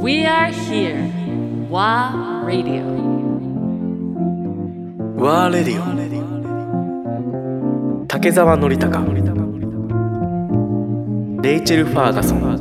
We are here. WA Radio. WA Radio。竹澤典孝、レイチェル・ファーガソン。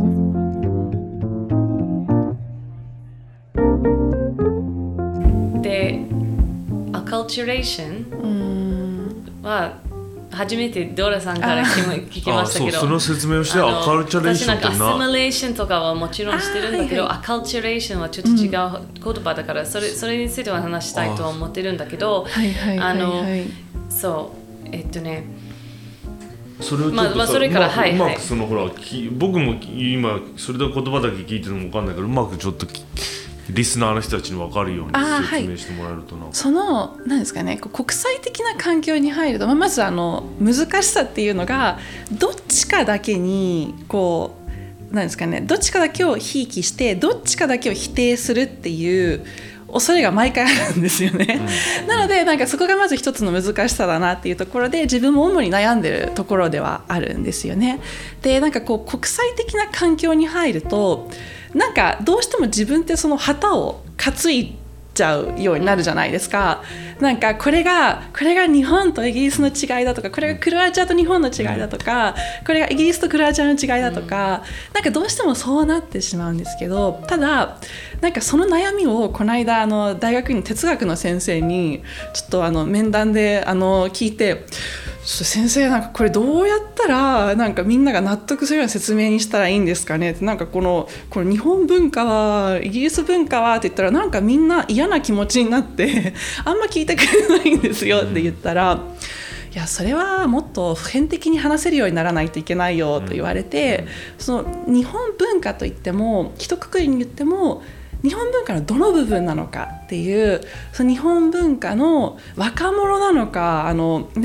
で、アカルチュレーションは初めてドーラさんから聞きましたけど、 その説明をして、アカルチュレーションって私なんかアシミレーションとかはもちろんしてるんだけど、アカルチュレーションはちょっと違う言葉だから、それについては話したいと思ってるんだけど、そうそれをちょっとさ、 それからうまくそのほら、僕も今それで言葉だけ聞いてるのも分かんないから、うまくちょっとリスナーの人たちに分かるように説明してもらえるとな。 その何ですかね、国際的な環境に入ると、まず難しさっていうのが、どっちかだけに何ですかね、どっちかだけをひいきしてどっちかだけを否定するっていう恐れが毎回あるんですよね、なのでそこがまず一つの難しさだなっていうところで、自分も主に悩んでるところではあるんですよね。で、国際的な環境に入るとどうしても自分ってその旗を担いちゃうようになるじゃないですか。これが日本とイギリスの違いだとか、これがクロアチアと日本の違いだとか、これがイギリスとクロアチアの違いだとか、どうしてもそうなってしまうんですけど、ただその悩みをこの間大学院哲学の先生にちょっと面談で聞いて、先生これどうやったらみんなが納得するような説明にしたらいいんですかねって、この日本文化はイギリス文化はって言ったらみんな嫌な気持ちになってあんま聞いてくれないんですよって言ったら、いやそれはもっと普遍的に話せるようにならないといけないよと言われて、その日本文化といっても一括りに言っても日本文化のどの部分なのかっていう、その日本文化の若者なのか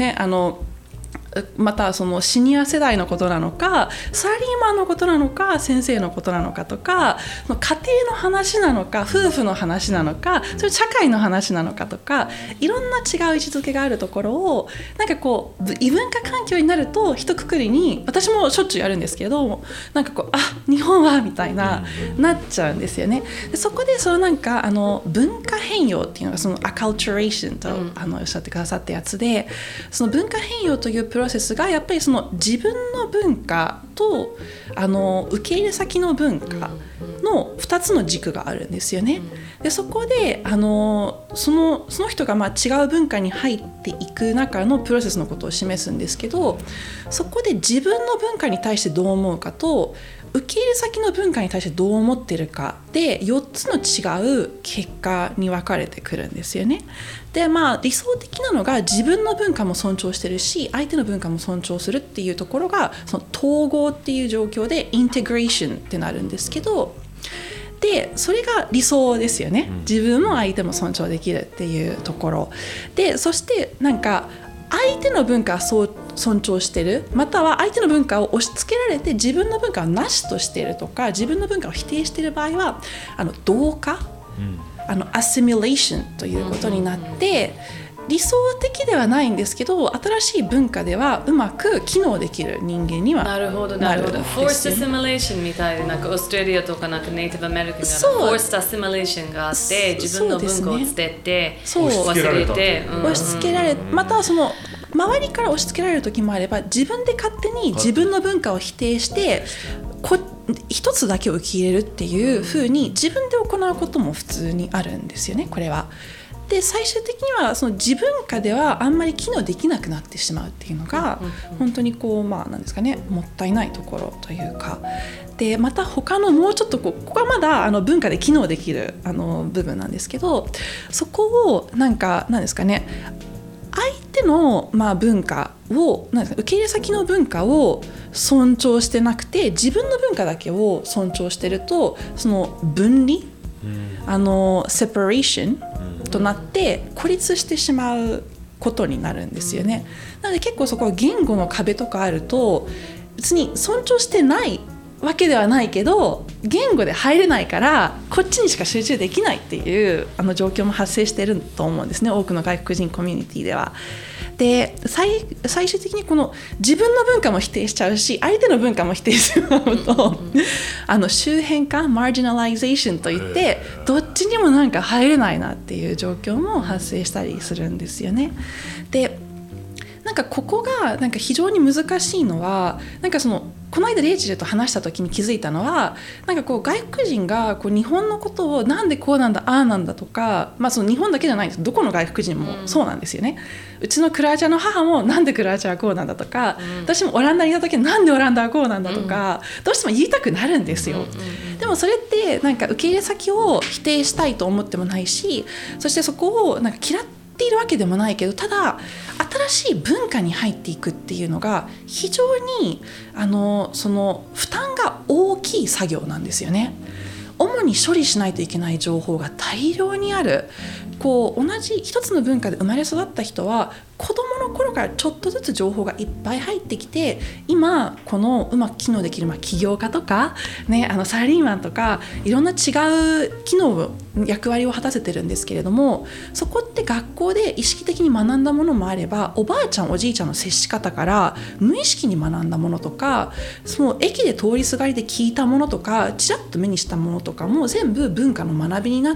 またそのシニア世代のことなのか、サラリーマンのことなのか、先生のことなのかとか、家庭の話なのか、夫婦の話なのか、それ社会の話なのかとか、いろんな違う位置づけがあるところを異文化環境になると一括りに、私もしょっちゅうやるんですけど、日本はみたいななっちゃうんですよね。でそこで文化変容っていうのが、そのアカルチュレーションとおっしゃってくださったやつで、その文化変容というプロセスがやっぱりその自分の文化と受け入れ先の文化の2つの軸があるんですよね。でそこでその人が違う文化に入っていく中のプロセスのことを示すんですけど、そこで自分の文化に対してどう思うかと、受け入れ先の文化に対してどう思ってるかで4つの違う結果に分かれてくるんですよね。で理想的なのが、自分の文化も尊重してるし相手の文化も尊重するっていうところが、その統合っていう状況でインテグレーションってなるんですけど、でそれが理想ですよね。自分も相手も尊重できるっていうところで、そして相手の文化を尊重してる、または相手の文化を押し付けられて自分の文化をなしとしているとか、自分の文化を否定している場合は同化、アシミレーションということになって、理想的ではないんですけど、新しい文化ではうまく機能できる人間にはなるほどフォーストアシミレーションみたいで、オーストラリアとかネイティブアメリカンがフォーストアシミレーションがあって、自分の文化を捨てて、忘れて押し付けられ、またその周りから押し付けられる時もあれば、自分で勝手に自分の文化を否定して一つだけを受け入れるっていう風に自分で行うことも普通にあるんですよね、これは。で最終的にはその自文化ではあんまり機能できなくなってしまうっていうのが、本当になんですかね、もったいないところというか。でまた他のもうちょっとここはまだ文化で機能できる部分なんですけど、そこを何ですかね、相手の文化を受け入れ先の文化を尊重してなくて、自分の文化だけを尊重してると、その分離、セパレーションとなって孤立してしまうことになるんですよね。なので結構そこは言語の壁とかあると、別に尊重してないわけではないけど言語で入れないからこっちにしか集中できないっていう状況も発生していると思うんですね、多くの外国人コミュニティでは。で 最終的にこの自分の文化も否定しちゃうし相手の文化も否定してしまうと周辺化マージナライゼーションといってどっちにもなんか入れないなっていう状況も発生したりするんですよね。でなんかここがなんか非常に難しいのはなんかこの間レイチェルと話した時に気づいたのはなんかこう外国人がこう日本のことをなんでこうなんだああなんだとか、その日本だけじゃないんです、どこの外国人もそうなんですよね。うちのクロアチアの母もなんでクロアチアはこうなんだとか、私もオランダにいた時なんでオランダはこうなんだとか、どうしても言いたくなるんですよ。でもそれってなんか受け入れ先を否定したいと思ってもないし、そしてそこをなんか嫌っているわけでもないけど、ただ新しい文化に入っていくっていうのが非常にその負担が大きい作業なんですよね。主に処理しないといけない情報が大量にある。こう同じ一つの文化で生まれ育った人は子どもの頃からちょっとずつ情報がいっぱい入ってきて、今このうまく機能できる起業家とか、ね、サラリーマンとかいろんな違う機能役割を果たせてるんですけれども、そこって学校で意識的に学んだものもあれば、おばあちゃんおじいちゃんの接し方から無意識に学んだものとか、その駅で通りすがりで聞いたものとかちらっと目にしたものとかも全部文化の学びになって、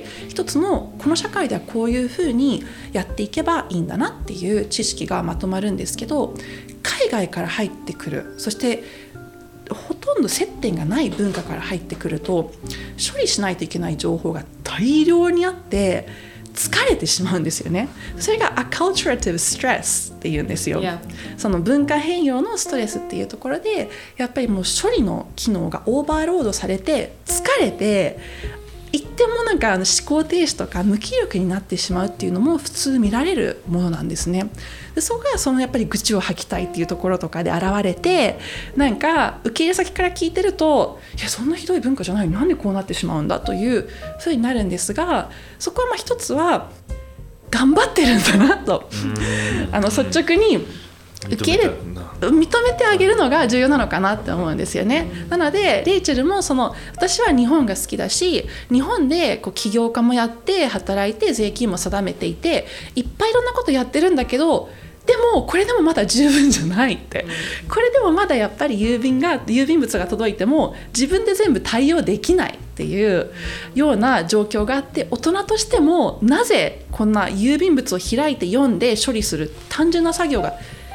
一つのこの社会ではこういうふうにやっていけばいいんだなっていう知識がまとまるんですけど、海外から入ってくる、そしてほとんど接点がない文化から入ってくると処理しないといけない情報が大量にあって疲れてしまうんですよね。それが acculturative stress っていうんですよ。その文化変容のストレスっていうところでやっぱりもう処理の機能がオーバーロードされて疲れて一点もなんか思考停止とか無気力になってしまうっていうのも普通見られるものなんですね。でそこがやっぱり愚痴を吐きたいっていうところとかで現れて、なんか受け入れ先から聞いてると、いやそんなひどい文化じゃないのになんでこうなってしまうんだというふうになるんですが、そこは一つは頑張ってるんだなと率直に認めてあげるのが重要なのかなって思うんですよね。なのでレイチェルも私は日本が好きだし、日本で起業家もやって働いて税金も定めていていっぱいいろんなことやってるんだけど、でもこれでもまだ十分じゃないって、これでもまだやっぱり郵便物が届いても自分で全部対応できないっていうような状況があって、大人としてもなぜこんな郵便物を開いて読んで処理する単純な作業が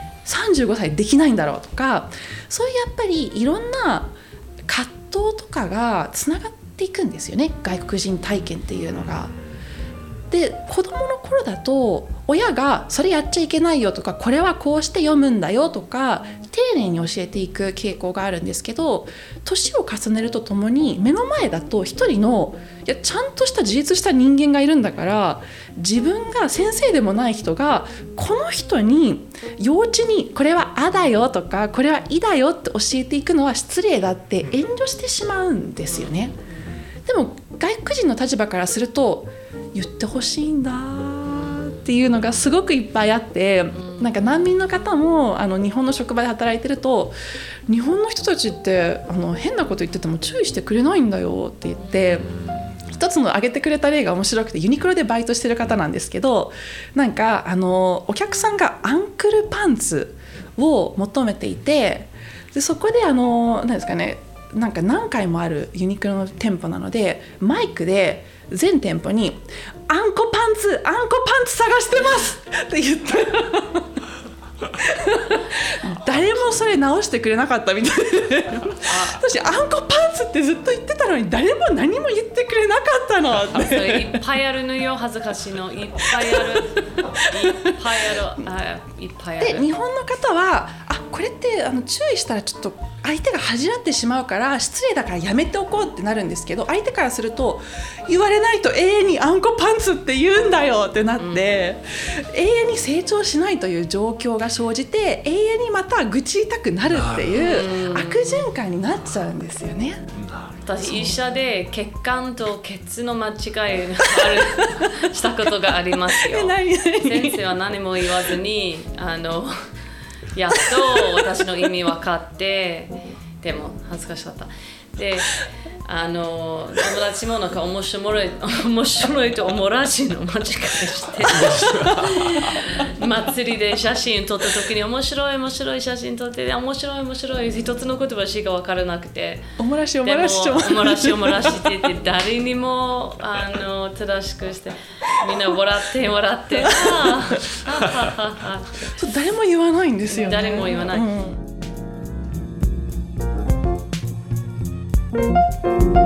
35歳できないんだろうとか、そういうやっぱりいろんな葛藤とかがつながっていくんですよね、外国人体験っていうのが。で子供の頃だと親がそれやっちゃいけないよとか、これはこうして読むんだよとか丁寧に教えていく傾向があるんですけど、年を重ねるとともに目の前だと一人のちゃんとした自立した人間がいるんだから、自分が先生でもない人がこの人に幼稚にこれはあだよとかこれはいだよって教えていくのは失礼だって遠慮してしまうんですよね。でも外国人の立場からすると言ってほしいんだっていうのがすごくいっぱいあって、なんか難民の方も日本の職場で働いてると、日本の人たちって変なこと言ってても注意してくれないんだよって言って、一つの挙げてくれた例が面白くて、ユニクロでバイトしてる方なんですけど、なんかお客さんがアンクルパンツを求めていて、でそこで何ですかね、なんか何回もあるユニクロの店舗なのでマイクで全店舗にあんこパンツ探してますって言って誰もそれ直してくれなかったみたいで私あんこパンツってずっと言ってたのに誰も何も言ってくれなかったのってそれいっぱいあるのよ、恥ずかしいのいっぱいあるで日本の方はこれって注意したらちょっと相手が恥じらってしまうから失礼だからやめておこうってなるんですけど、相手からすると言われないと永遠にあんこパンツって言うんだよってなって、永遠に成長しないという状況が生じて永遠にまた愚痴りたくなるっていう悪循環になっちゃうんですよね。 私医者で血管とケツの間違いしたことがありますよ先生は何も言わずにやっと私の意味分かって、 でも恥ずかしかった。で友達もなんか面白いと思うらしいの間違いして祭りで写真撮った時に面白い写真撮って面白い一つの言葉しか分からなくておもらしって言って誰にも正しくしてみんな笑って誰も言わないんですよね。 誰も言わない、